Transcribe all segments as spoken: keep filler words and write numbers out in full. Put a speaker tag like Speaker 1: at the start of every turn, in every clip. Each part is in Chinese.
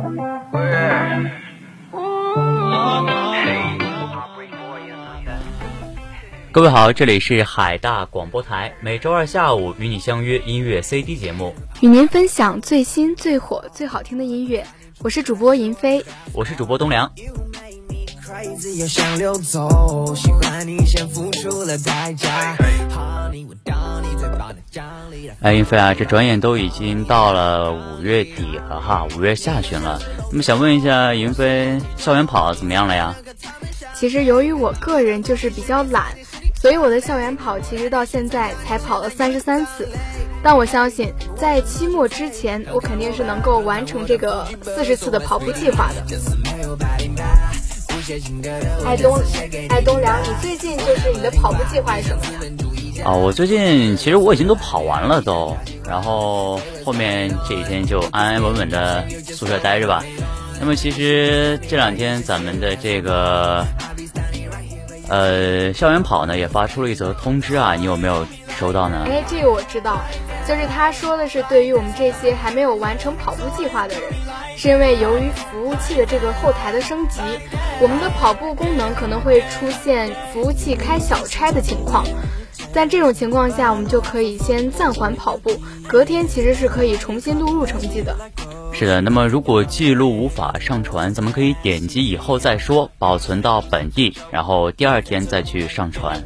Speaker 1: 各位好，这里是海大广播台，每周二下午与你相约音乐 C D 节目，
Speaker 2: 与您分享最新最火最好听的音乐。我是主播银飞，
Speaker 1: 我是主播东良。哎，银飞啊，这转眼都已经到了五月底了哈，五月下旬了。那么想问一下银飞，校园跑怎么样了呀？
Speaker 2: 其实由于我个人就是比较懒，所以我的校园跑其实到现在才跑了三十三次，但我相信在期末之前我肯定是能够完成这个四十次的跑步计划的。哎东哎东良，你最近就是你的跑步计划是什么呀？
Speaker 1: 啊，我最近其实我已经都跑完了都，然后后面这几天就安安稳稳的宿舍待着吧。那么其实这两天咱们的这个呃校园跑呢也发出了一则通知啊，你有没有收到呢？
Speaker 2: 哎，这个我知道，就是他说的是对于我们这些还没有完成跑步计划的人，是因为由于服务器的这个后台的升级，我们的跑步功能可能会出现服务器开小差的情况。在这种情况下，我们就可以先暂缓跑步，隔天其实是可以重新录入成绩的。
Speaker 1: 是的，那么如果记录无法上传，咱们可以点击以后再说，保存到本地，然后第二天再去上传。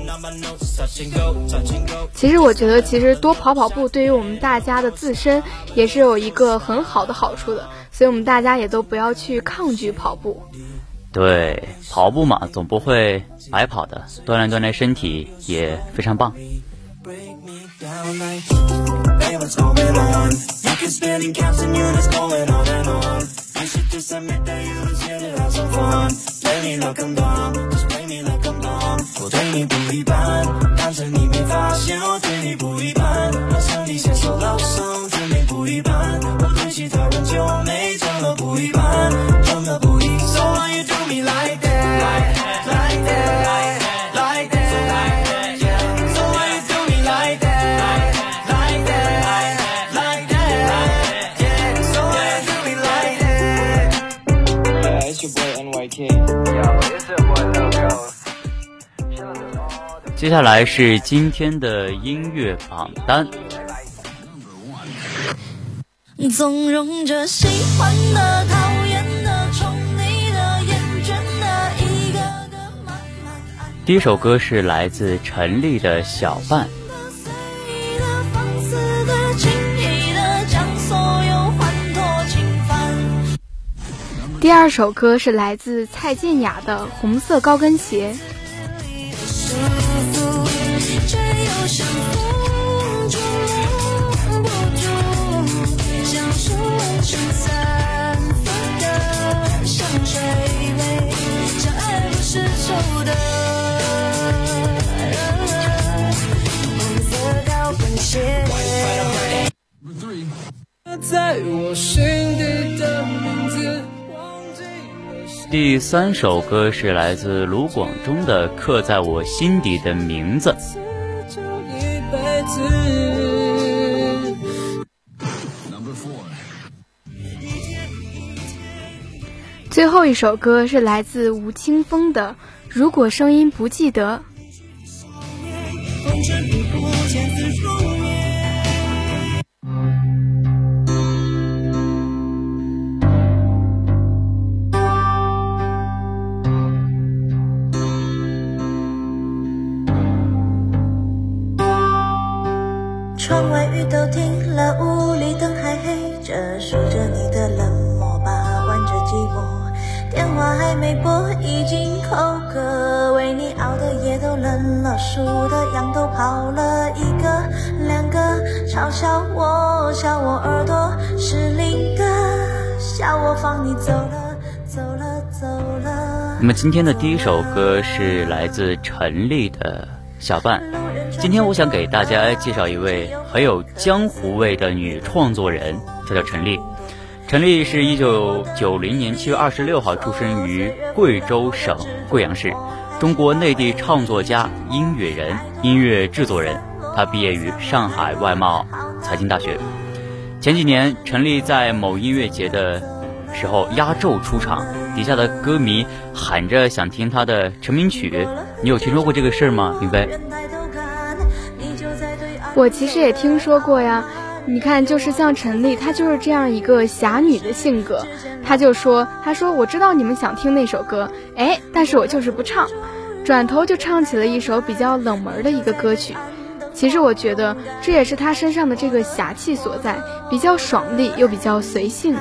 Speaker 2: 其实我觉得其实多跑跑步对于我们大家的自身也是有一个很好的好处的，所以我们大家也都不要去抗拒跑步。
Speaker 1: 对，跑步嘛总不会白跑的，锻炼锻炼身体也非常棒。What's going on? You keep spinning caps and you just going on and on. You should just admit that you was here to have some fun. Play me like I'm dumb, just play me like I'm dumb. 我对你不一般，但是你没发现我对你不一般。好像你先手老生，真没不一般。我对其他人就没这么不一般，真的不一般。So why you do me like that? Like that, like that, like that. So why you do me like that? N Y K 接下来是今天的音乐榜单。
Speaker 3: 纵容着喜欢的、讨厌的、宠你的、厌倦的，一个个慢慢爱。
Speaker 1: 第一首歌是来自陈粒的《小伴》。
Speaker 2: 第二首歌是来自蔡健雅的《红色高跟鞋》。
Speaker 3: 在我心底的名字。
Speaker 1: 第三首歌是来自卢广仲的《刻在我心底的名字》。
Speaker 2: 最后一首歌是来自吴青峰的《如果声音不记得》。
Speaker 4: 窗外雨都停了，屋里灯还黑着，数着你的冷漠吧，玩着寂寞，电话还没拨，已经口渴，为你熬的夜都冷了，数的羊都跑了，一个两个，嘲笑我，笑我耳朵失灵的，笑我放你走了走了走了。
Speaker 1: 那么今天的第一首歌是来自陈粒的《小伴》。今天我想给大家介绍一位很有江湖味的女创作人，她叫陈粒。陈粒是一九九零年七月二十六号出生于贵州省贵阳市，中国内地唱作家、音乐人、音乐制作人。她毕业于上海外贸财经大学。前几年，陈粒在某音乐节的
Speaker 5: 时候压轴出场，底下的歌迷喊着想听他的成名曲。你有听说过这个事儿吗？明白？
Speaker 2: 我其实也听说过呀。你看，就是像陈粒，她就是这样一个侠女的性格。她就说，她说我知道你们想听那首歌，哎，但是我就是不唱，转头就唱起了一首比较冷门的一个歌曲。其实我觉得这也是她身上的这个侠气所在，比较爽利又比较随性。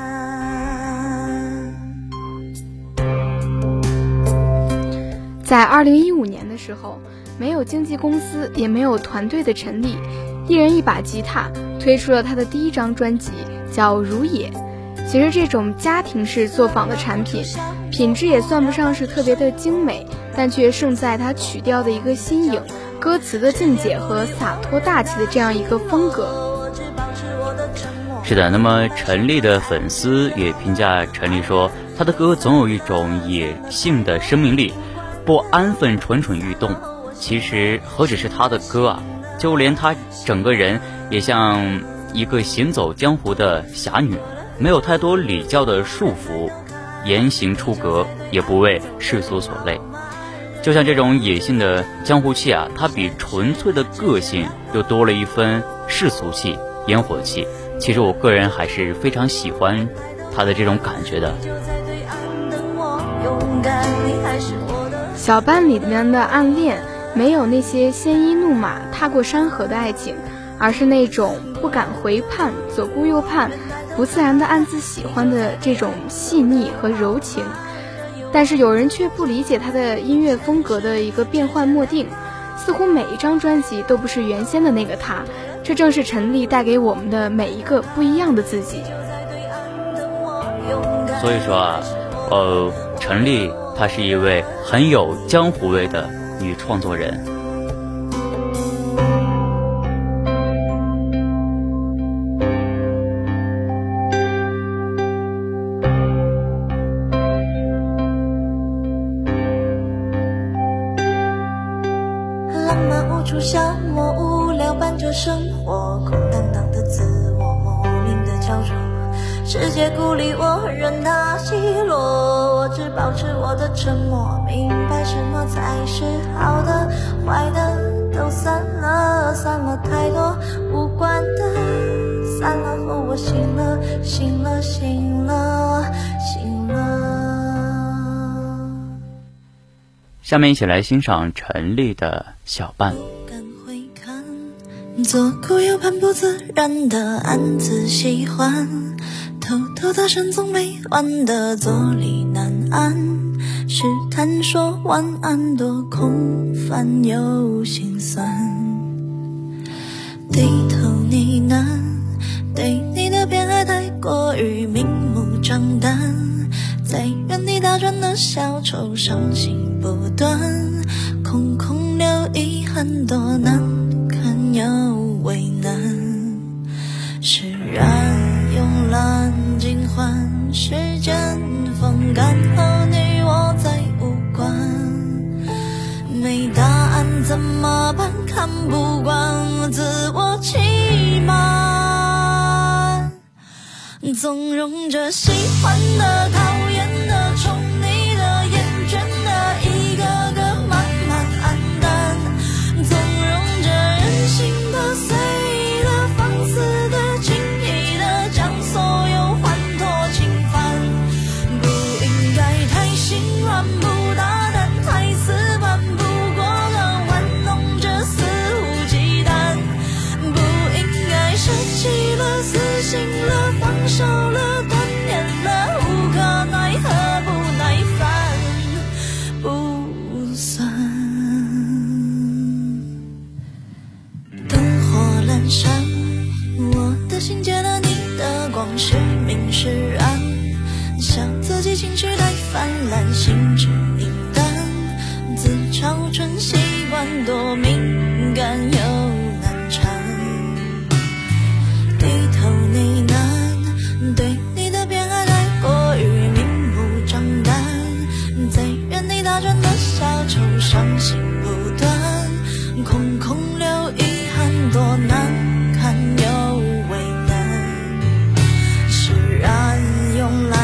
Speaker 2: 在二零一五年的时候，没有经纪公司也没有团队的陈粒，一人一把吉他推出了他的第一张专辑，叫《如也》。其实这种家庭式作坊的产品，品质也算不上是特别的精美，但却胜在它曲调的一个新颖，歌词的境界和洒脱大气的这样一个风格。
Speaker 5: 是的，那么陈粒的粉丝也评价陈粒说，他的歌总有一种野性的生命力，不安分蠢蠢欲动。其实何止是他的歌啊，就连他整个人也像一个行走江湖的侠女，没有太多礼教的束缚，言行出格，也不为世俗所累。就像这种野性的江湖气啊，它比纯粹的个性又多了一分世俗气、烟火气。其实我个人还是非常喜欢他的这种感觉的。
Speaker 2: 小班里面的暗恋没有那些鲜衣怒马踏过山河的爱情，而是那种不敢回盼，左顾右盼，不自然的暗自喜欢的这种细腻和柔情。但是有人却不理解他的音乐风格的一个变幻莫定，似乎每一张专辑都不是原先的那个他。这正是陈粒带给我们的每一个不一样的自己。
Speaker 5: 所以说啊，呃，陈粒她是一位很有江湖味的女创作人。
Speaker 4: 浪漫无处消磨，无聊伴着生活，空荡荡的自我，莫名的焦灼。世界孤立我，任它奚落，我只保持我的沉默，明白什么才是好的，坏的都散了，散了太多无关的，散了后我醒了，醒了，醒了，醒了。
Speaker 5: 下面一起来欣赏陈粒的小伴。
Speaker 3: 左顾右盼不自然的暗自喜欢，偷偷的深总没完的坐立难安，试探说晚安多空泛又心酸，低头呢喃，对你的偏爱太过于明目张胆，在原地打转的小丑伤心不断，空空留遗憾多难堪又为难，释然慵懒尽欢，时间风干和你我再无关，没答案怎么办？看不惯自我欺瞒，纵容着喜欢的、讨厌的、宠你的、厌倦的，一个个慢慢黯淡，纵容着任性的、随意的、放肆的、轻易的，将所有欢脱侵犯，不应该太心软，不大胆，太死板，不过的玩弄着肆无忌惮，不应该舍弃了、死心了、放手了、断念了，无可奈何，不耐烦，不算。灯火阑珊，我的心借了你的光，时明时暗，笑自己情绪太泛滥，心智敏感，自嘲成习惯，多敏感又难缠，低头呢喃，对你的偏爱太过于明目张胆，在原地打转的小丑伤心不断，空空留遗憾多难堪又为难，释然慵懒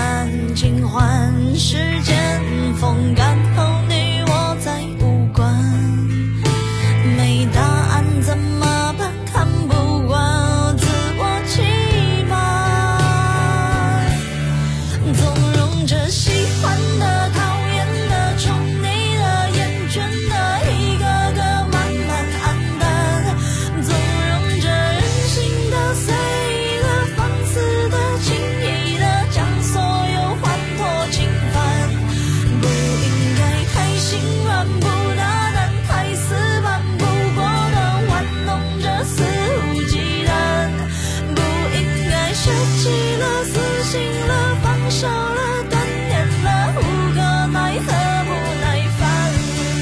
Speaker 3: 少了，断念了，无可奈何，不耐烦。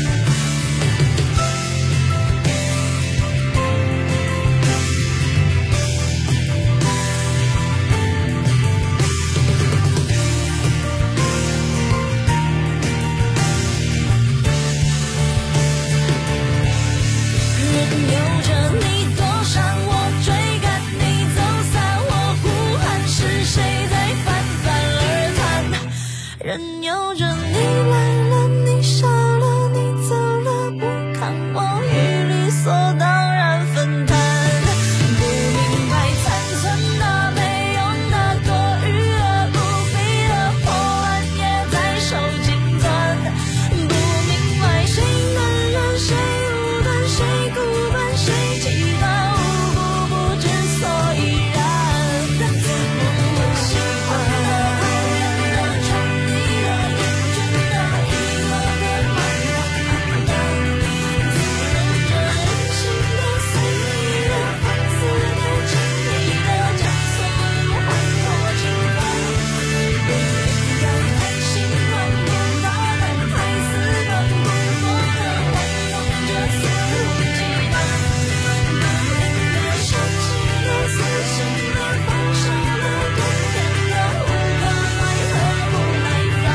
Speaker 3: 任由着你躲闪，我追赶你走散，我呼喊是谁在泛泛而谈？任由着你来了，你笑了，你走了，不看我一律所当然分担。不明白残存的没用的多余的不必的破烂也在手紧攥。不明白谁暖暖谁无端谁孤单谁极端无故不知所以然。我喜欢的讨厌的宠你的厌倦的遗落的慢慢淡，自认着任性的随意的放肆的轻易的将所有还我侵犯。不应该太心软不大胆，太死板不过的玩弄着肆无忌惮。不应该伤心的撕心的放手的断念的无可奈何不耐烦。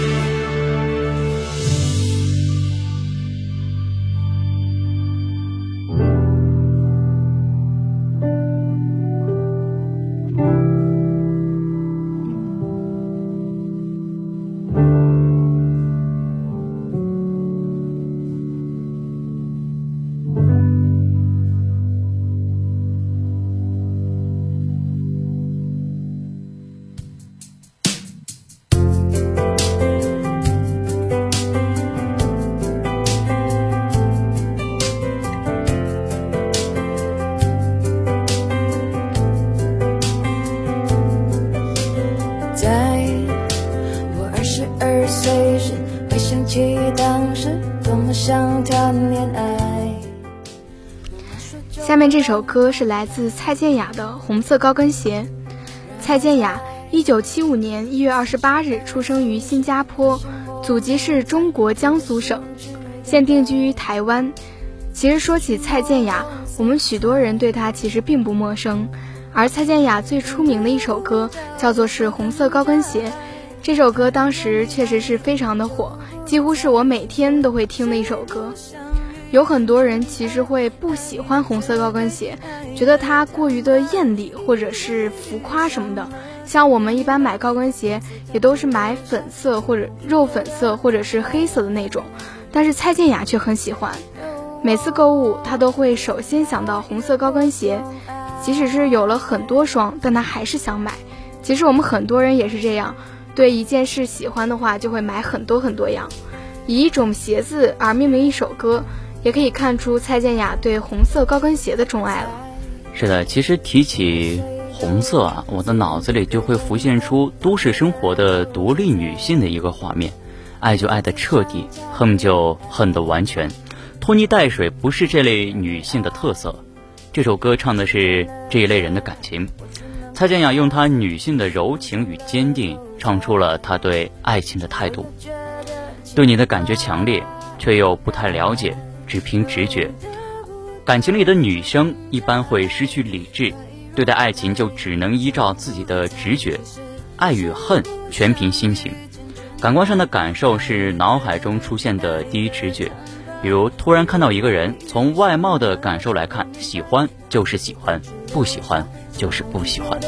Speaker 3: 在我二十二岁时，回想起当时多么想谈恋爱。
Speaker 2: 下面这首歌是来自蔡健雅的《红色高跟鞋》。蔡健雅一九七五年一月二十八日出生于新加坡，祖籍是中国江苏省，现定居于台湾。其实说起蔡健雅，我们许多人对她其实并不陌生，而蔡健雅最出名的一首歌叫做是《红色高跟鞋》。这首歌当时确实是非常的火，几乎是我每天都会听的一首歌。有很多人其实会不喜欢红色高跟鞋，觉得它过于的艳丽或者是浮夸什么的。像我们一般买高跟鞋也都是买粉色或者肉粉色或者是黑色的那种，但是蔡健雅却很喜欢。每次购物她都会首先想到红色高跟鞋，即使是有了很多双，但她还是想买。其实我们很多人也是这样，对一件事喜欢的话就会买很多很多样。以一种鞋子而命名一首歌，也可以看出蔡健雅对红色高跟鞋的钟爱了。
Speaker 5: 是的，其实提起红色啊，我的脑子里就会浮现出都市生活的独立女性的一个画面，爱就爱得彻底，恨就恨得完全，拖泥带水不是这类女性的特色。这首歌唱的是这一类人的感情，蔡健雅用她女性的柔情与坚定，唱出了她对爱情的态度。对你的感觉强烈，却又不太了解，只凭直觉。感情里的女生一般会失去理智，对待爱情就只能依照自己的直觉，爱与恨全凭心情。感官上的感受是脑海中出现的第一直觉，比如突然看到一个人，从外貌的感受来看，喜欢就是喜欢，不喜欢就是不喜欢。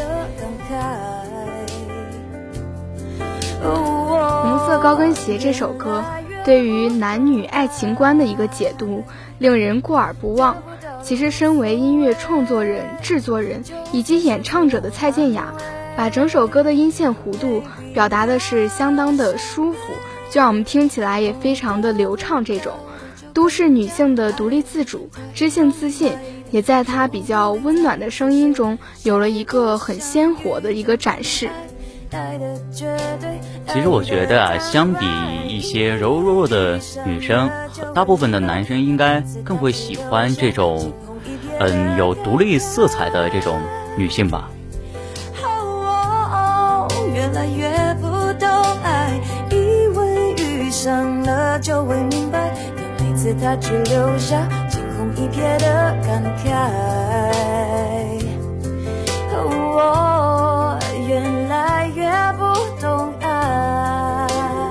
Speaker 2: 红色高跟鞋这首歌对于男女爱情观的一个解读令人过耳不忘。其实身为音乐创作人、制作人以及演唱者的蔡健雅，把整首歌的音线弧度表达的是相当的舒服，就让我们听起来也非常的流畅。这种都市女性的独立自主、知性自信，也在她比较温暖的声音中有了一个很鲜活的一个展示。
Speaker 5: 其实我觉得啊，相比一些柔弱的女生，大部分的男生应该更会喜欢这种嗯有独立色彩的这种女性吧。
Speaker 3: 越来越不
Speaker 4: 次他只留下惊鸿一瞥的感慨。我越来越不懂爱。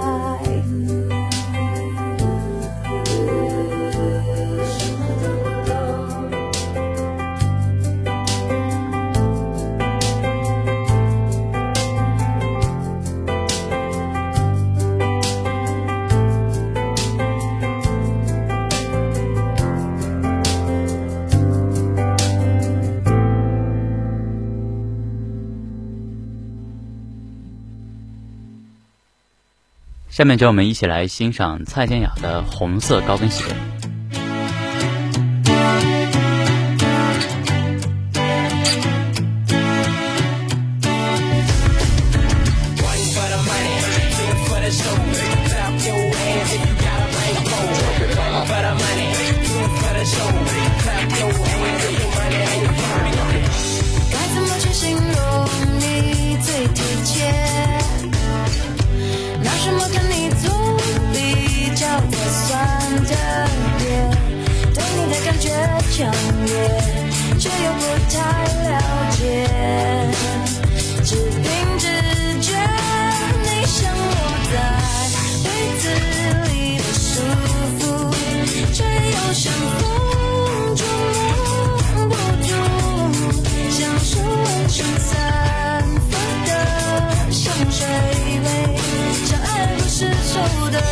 Speaker 5: 下面就让我们一起来欣赏蔡健雅的《红色高跟鞋》。
Speaker 3: 该怎么去形容你最贴切？拿什么跟你做比较才算特别？对你的感觉强烈，却又不太了解。只凭直觉，你像我在被子里的束缚，却又像风捉摸不住，像手腕上散发的香水味，像爱不释手的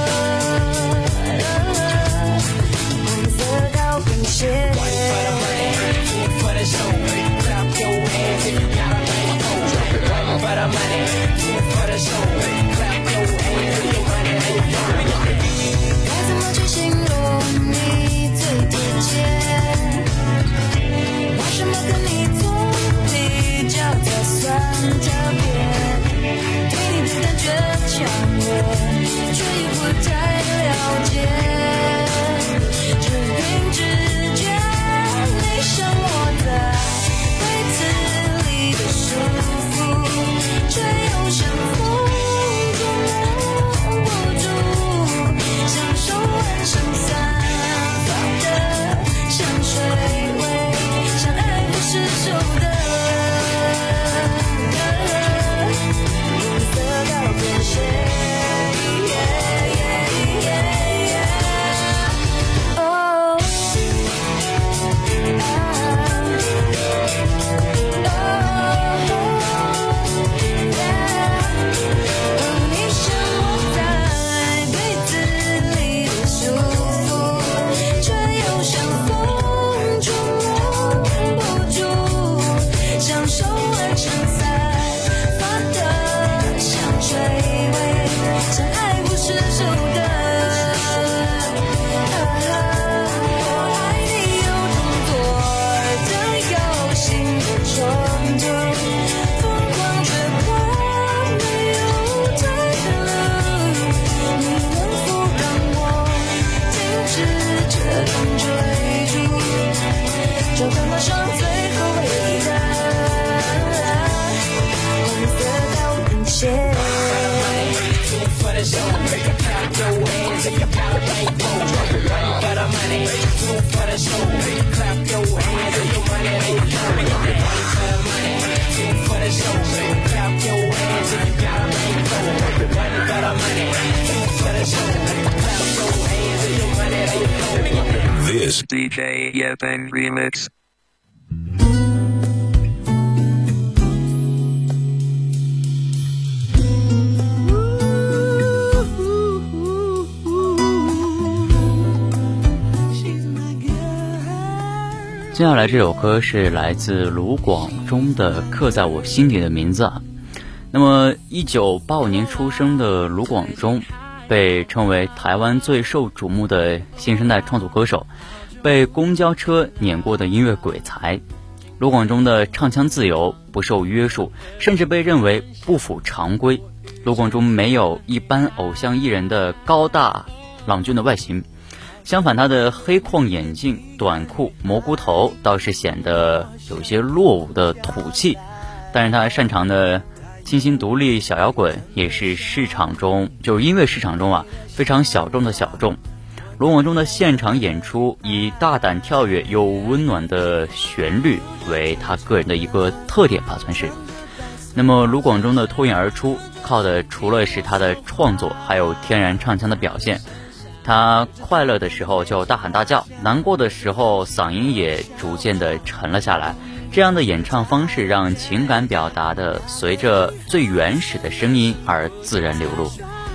Speaker 3: 红色高跟鞋。该怎么去形容你最贴切？拿什么跟你做比较才算特别？对你的感觉强烈，却又不太了解。只凭直觉，你像我在被子里的束缚，却又像风捉摸不住，像手腕上散发的香水味，像爱不释手的红色高跟鞋。
Speaker 1: This D J Yepeng Remix。
Speaker 5: 接下来这首歌是来自卢广仲的《刻在我心底的名字》啊。那么一九八五年出生的卢广仲被称为台湾最受瞩目的新生代创作歌手，被公交车碾过的音乐鬼才。卢广仲的唱腔自由，不受约束，甚至被认为不符常规。卢广仲没有一般偶像艺人的高大朗俊的外形，相反，他的黑框眼镜、短裤、蘑菇头倒是显得有些落伍的土气。但是他擅长的清新独立小摇滚也是市场中就是音乐市场中啊非常小众的小众。 卢广仲的现场演出以大胆跳跃又温暖的旋律为他个人的一个特点吧，算是。那么卢广仲的脱颖而出靠的除了是他的创作，还有天然唱腔的表现。他快乐的时候就大喊大叫，难过的时候嗓音也逐渐的沉了下来。这样的演唱方式让情感表达的随着最原始的声音而自然流露。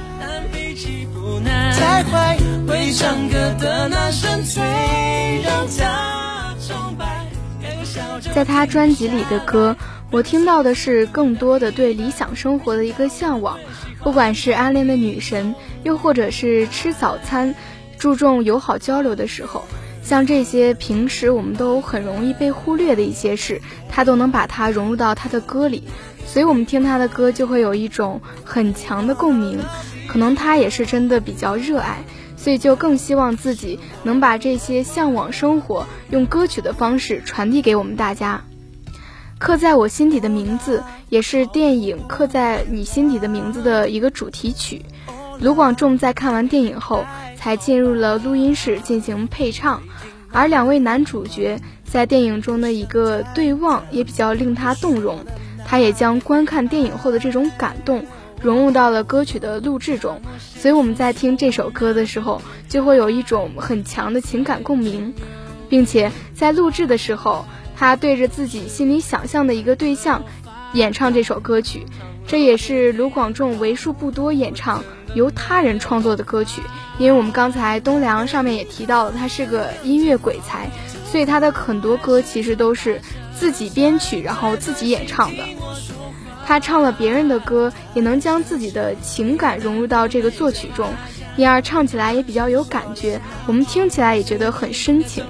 Speaker 1: 太坏，会唱歌的男生最让他崇拜。
Speaker 2: 在他专辑里的歌，我听到的是更多的对理想生活的一个向往，不管是暗恋的女神，又或者是吃早餐注重友好交流的时候，像这些平时我们都很容易被忽略的一些事，他都能把它融入到他的歌里，所以我们听他的歌就会有一种很强的共鸣。可能他也是真的比较热爱，所以就更希望自己能把这些向往生活用歌曲的方式传递给我们大家。刻在我心底的名字也是电影《刻在你心底的名字》的一个主题曲。卢广仲在看完电影后才进入了录音室进行配唱，而两位男主角在电影中的一个对望也比较令他动容，他也将观看电影后的这种感动融入到了歌曲的录制中，所以我们在听这首歌的时候就会有一种很强的情感共鸣，并且在录制的时候他对着自己心里想象的一个对象演唱这首歌曲，这也是卢广仲为数不多演唱由他人创作的歌曲。因为我们刚才东梁上面也提到了他是个音乐鬼才，所以他的很多歌其实都是自己编曲然后自己演唱的。他唱了别人的歌，也能将自己的情感融入到这个作曲中，因而唱起来也比较有感觉，我们听起来也觉得很深情。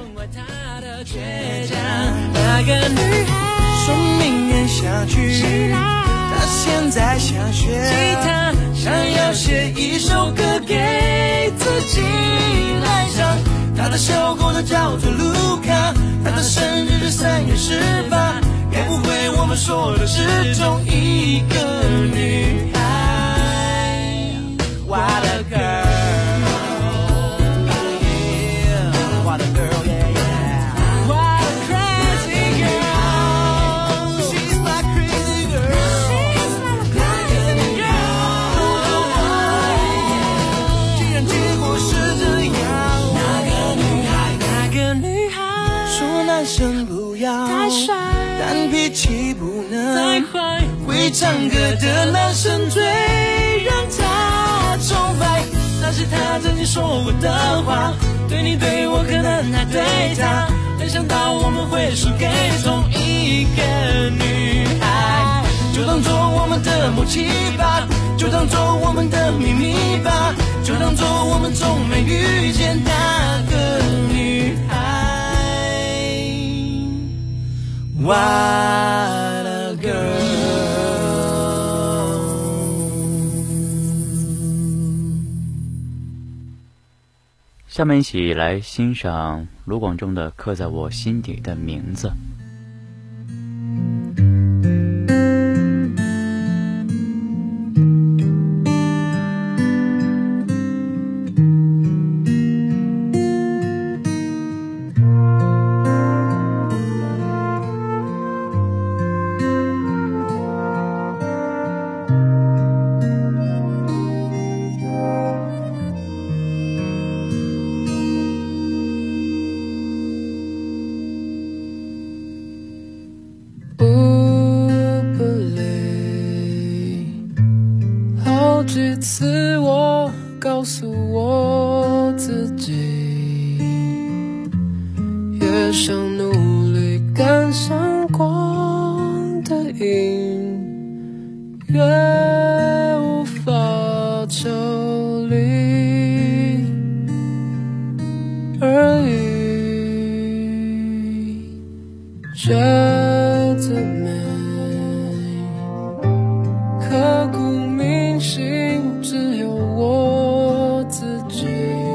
Speaker 1: 那个女孩说明年下去，她现在想学吉他，想要写一首歌给自己来唱。她的小狗的叫做卢卡，她的生日是三月十八，该不会我们说的是同一个女孩 ？What a girl, yeah, what a girl, yeah, yeah. What a crazy girl, she's my crazy girl, crazy girl. 既然结果是这样，那个女孩，那个女孩说男生不要太帅。但脾气不能太坏，会唱歌的男生最让他崇拜。那是他曾经说过的话，对你对我可能还对他，没想到我们会输给同一个女孩。就当做我们的默契吧，就当做我们的秘密吧，就当做我们从没遇见那个女孩。What a girl。
Speaker 5: 下面一起来欣赏卢广仲的《刻在我心底的名字》。
Speaker 6: 几次我告诉我自己，越想努力赶上光的影，越无法抽离而已，觉得美，刻骨铭心，只有我自己。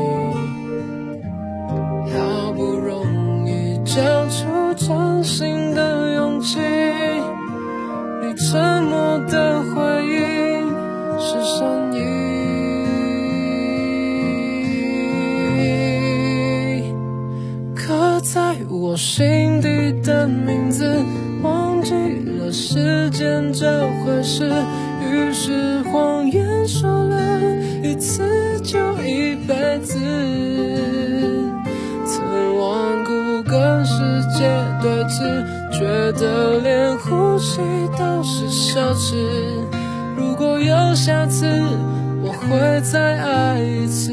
Speaker 6: 好不容易讲出真心的勇气，你沉默的回应是善意。 名字，忘记了时间这回事，于是谎言说了一次就一辈子，曾顽固跟世界对峙，觉得连呼吸都是奢侈，如果有下次我会再爱一次，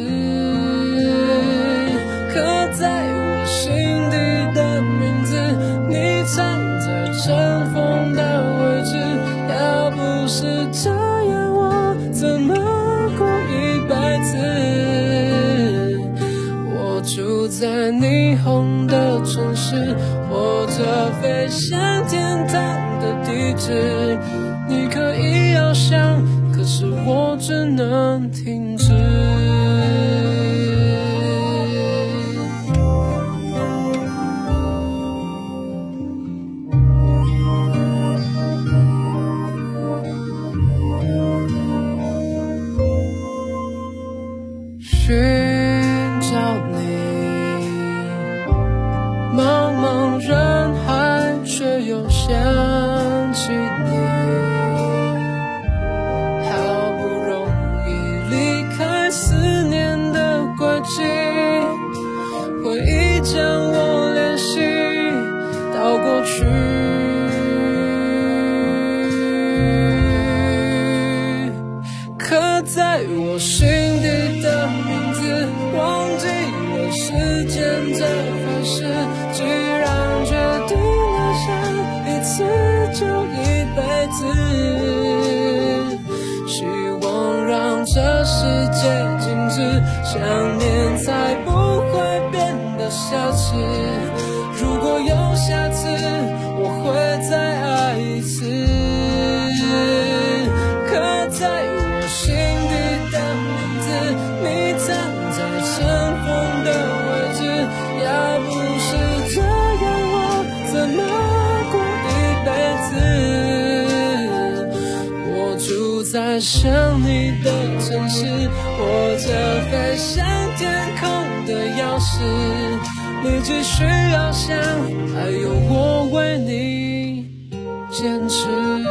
Speaker 6: 刻在我心底的名字，你藏在尘封的位置，要不是这样我怎么过一辈子，我住在霓虹的城市，活着飞向天堂的地址，你可以翱翔，可是我只能停止。寻找你，茫茫人海，却又想起你，好不容易离开思念的轨迹，回忆将我联系到过去，刻在我心底的名字，忘记了时间这回事，既然决定了想一次就一辈子，希望让这世界静止，想念才不会变得奢侈，如果有下次我会再爱一次，刻在我心底的名字，你藏在尘封的位置，要不是这样我怎么过一辈子，我住在想你的城市，握着飞向天空的钥匙，你只需要想，还有我为你坚持。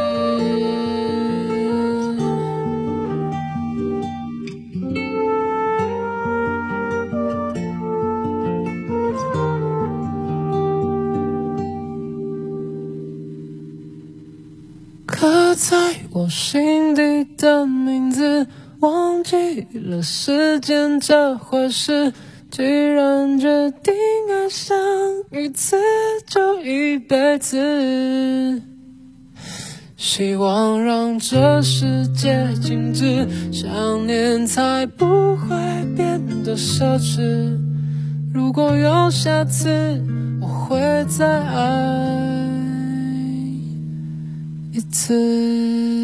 Speaker 6: 刻在我心底的名字，忘记了时间这回事，既然决定爱上一次就一辈子，希望让这世界静止，想念才不会变得奢侈，如果有下次我会再爱一次。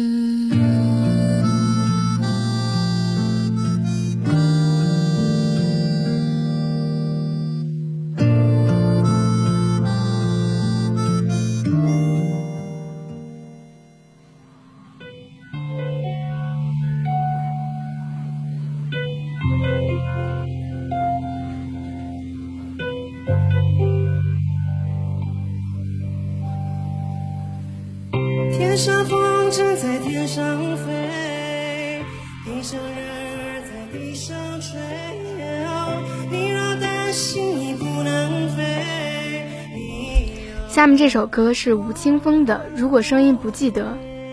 Speaker 1: 天上风筝在天上飞，地上人儿在地上追，你若担心你不能飞。
Speaker 2: 下面这首歌是吴青峰的《如果声音不记得》。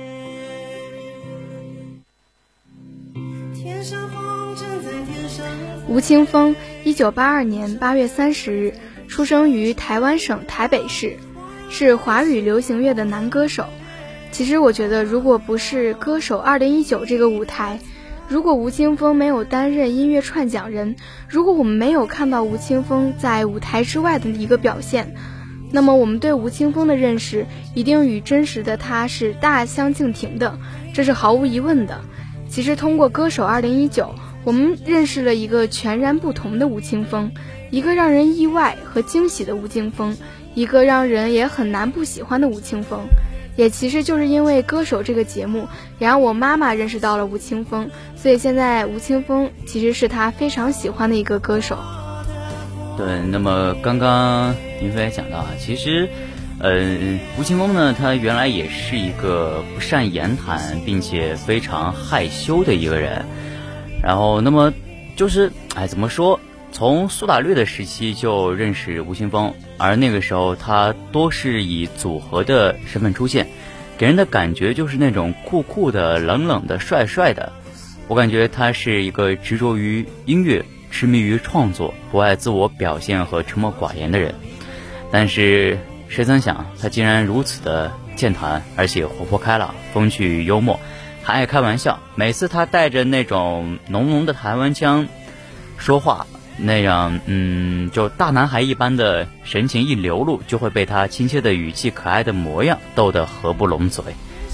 Speaker 2: 吴青峰，一九八二年八月三十日出生于台湾省台北市，是华语流行乐的男歌手。其实我觉得，如果不是歌手二零一九这个舞台，如果吴青峰没有担任音乐串讲人，如果我们没有看到吴青峰在舞台之外的一个表现，那么我们对吴青峰的认识一定与真实的他是大相径庭的，这是毫无疑问的。其实通过歌手二零一九，我们认识了一个全然不同的吴青峰，一个让人意外和惊喜的吴青峰，一个让人也很难不喜欢的吴青峰。也其实就是因为歌手这个节目，也让我妈妈认识到了吴青峰，所以现在吴青峰其实是她非常喜欢的一个歌手。
Speaker 5: 对，那么刚刚云飞也讲到啊，其实嗯，吴青峰呢，他原来也是一个不善言谈并且非常害羞的一个人。然后，那么就是，哎，怎么说？从苏打绿的时期就认识吴青峰，而那个时候他多是以组合的身份出现，给人的感觉就是那种酷酷的、冷冷的、帅帅的。我感觉他是一个执着于音乐、痴迷于创作、不爱自我表现和沉默寡言的人。但是谁曾想，他竟然如此的健谈，而且活泼开朗、风趣幽默，还爱开玩笑。每次他带着那种浓浓的台湾腔说话，那样嗯，就大男孩一般的神情一流露，就会被他亲切的语气、可爱的模样逗得合不拢嘴。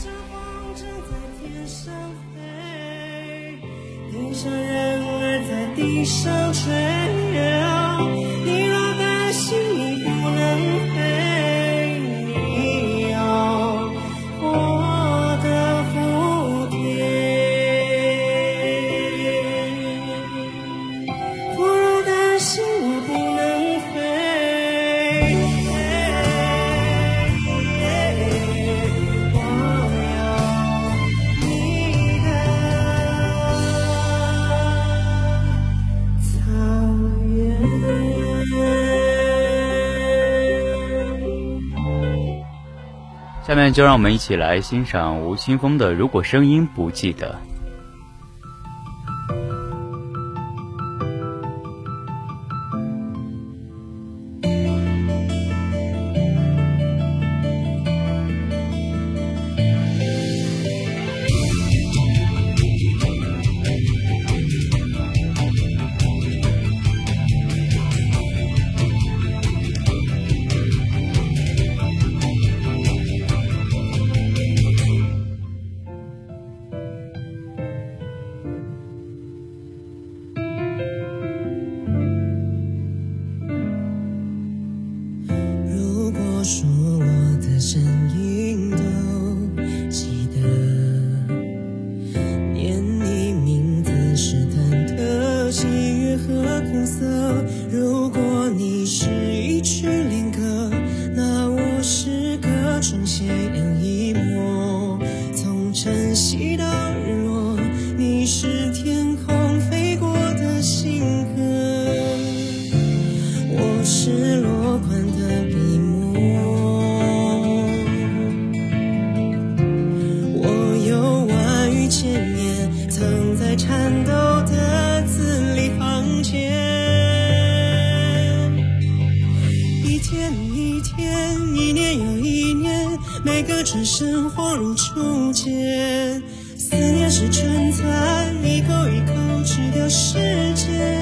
Speaker 1: 地上吹，你若担心你不能飞，你要我的蝴蝶。我若担心我不能飞，我要你
Speaker 5: 下面就让我们一起来欣赏吴青峰的《如果声音不记得》。
Speaker 1: 说我的声音都记得，念你名字是忐忑、喜悦和苦涩。如果你是一曲恋歌，那我是个呈现一抹。从晨曦到日落，你是天空飞过的星河，我是落款的笔墨。千年曾在颤抖的字里行间，一天一天，一年又一年，每个转身恍如初见。思念是春蚕，一口一口吃掉时间。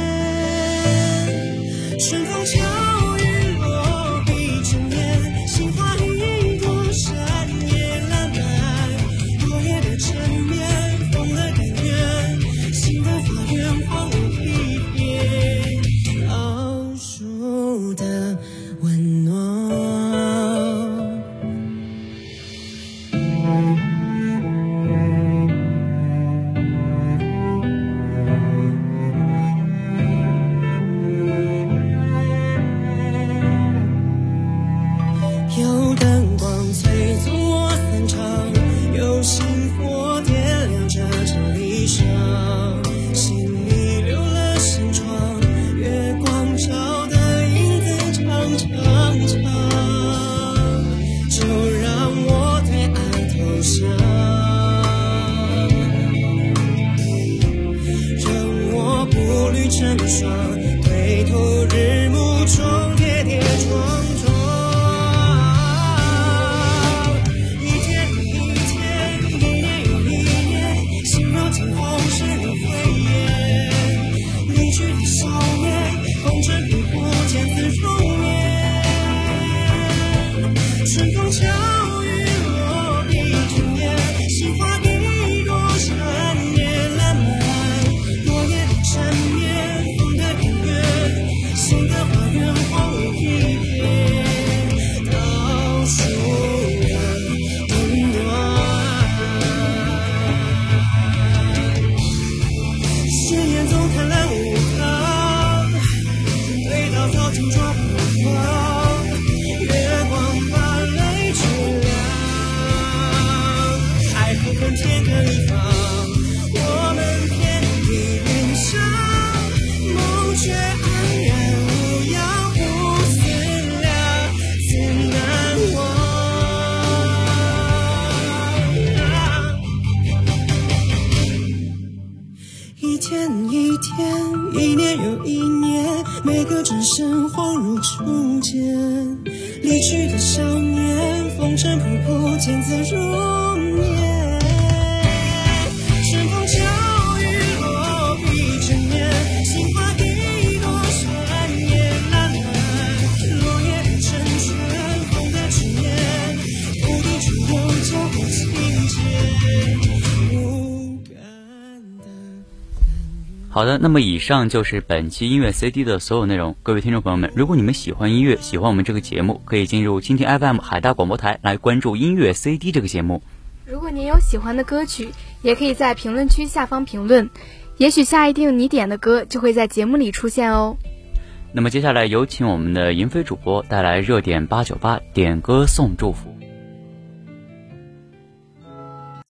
Speaker 1: 春风秋雨落笔成烟，心花一朵山野烂漫，落叶的缠绵。荒芜一片，老树的温暖。有灯光催促我散场，有星火点亮着这理想。成双，回头日暮中跌跌撞撞。一天一天，一年又一年，心若惊鸿，是如飞燕。离去的少年，红尘如火，渐次重眠。春风秋雨落笔成烟，心花一朵山野烂漫，落叶的缠绵。新的花园。 天一天，一年又一年，每个转身恍如初见。离去的少年，风尘仆仆，见字如面。春风秋雨落笔成年，心花一朵酸叶烂漫。落叶成全，风的执念，不敌只有交过情节。
Speaker 5: 好的，那么以上就是本期音乐 C D 的所有内容。各位听众朋友们，如果你们喜欢音乐，喜欢我们这个节目，可以进入蜻蜓 F M 海大广播台来关注音乐 C D 这个节目。
Speaker 2: 如果您有喜欢的歌曲，也可以在评论区下方评论，也许下一定你点的歌就会在节目里出现哦。
Speaker 5: 那么接下来有请我们的银飞主播带来热点八九八点歌送祝福。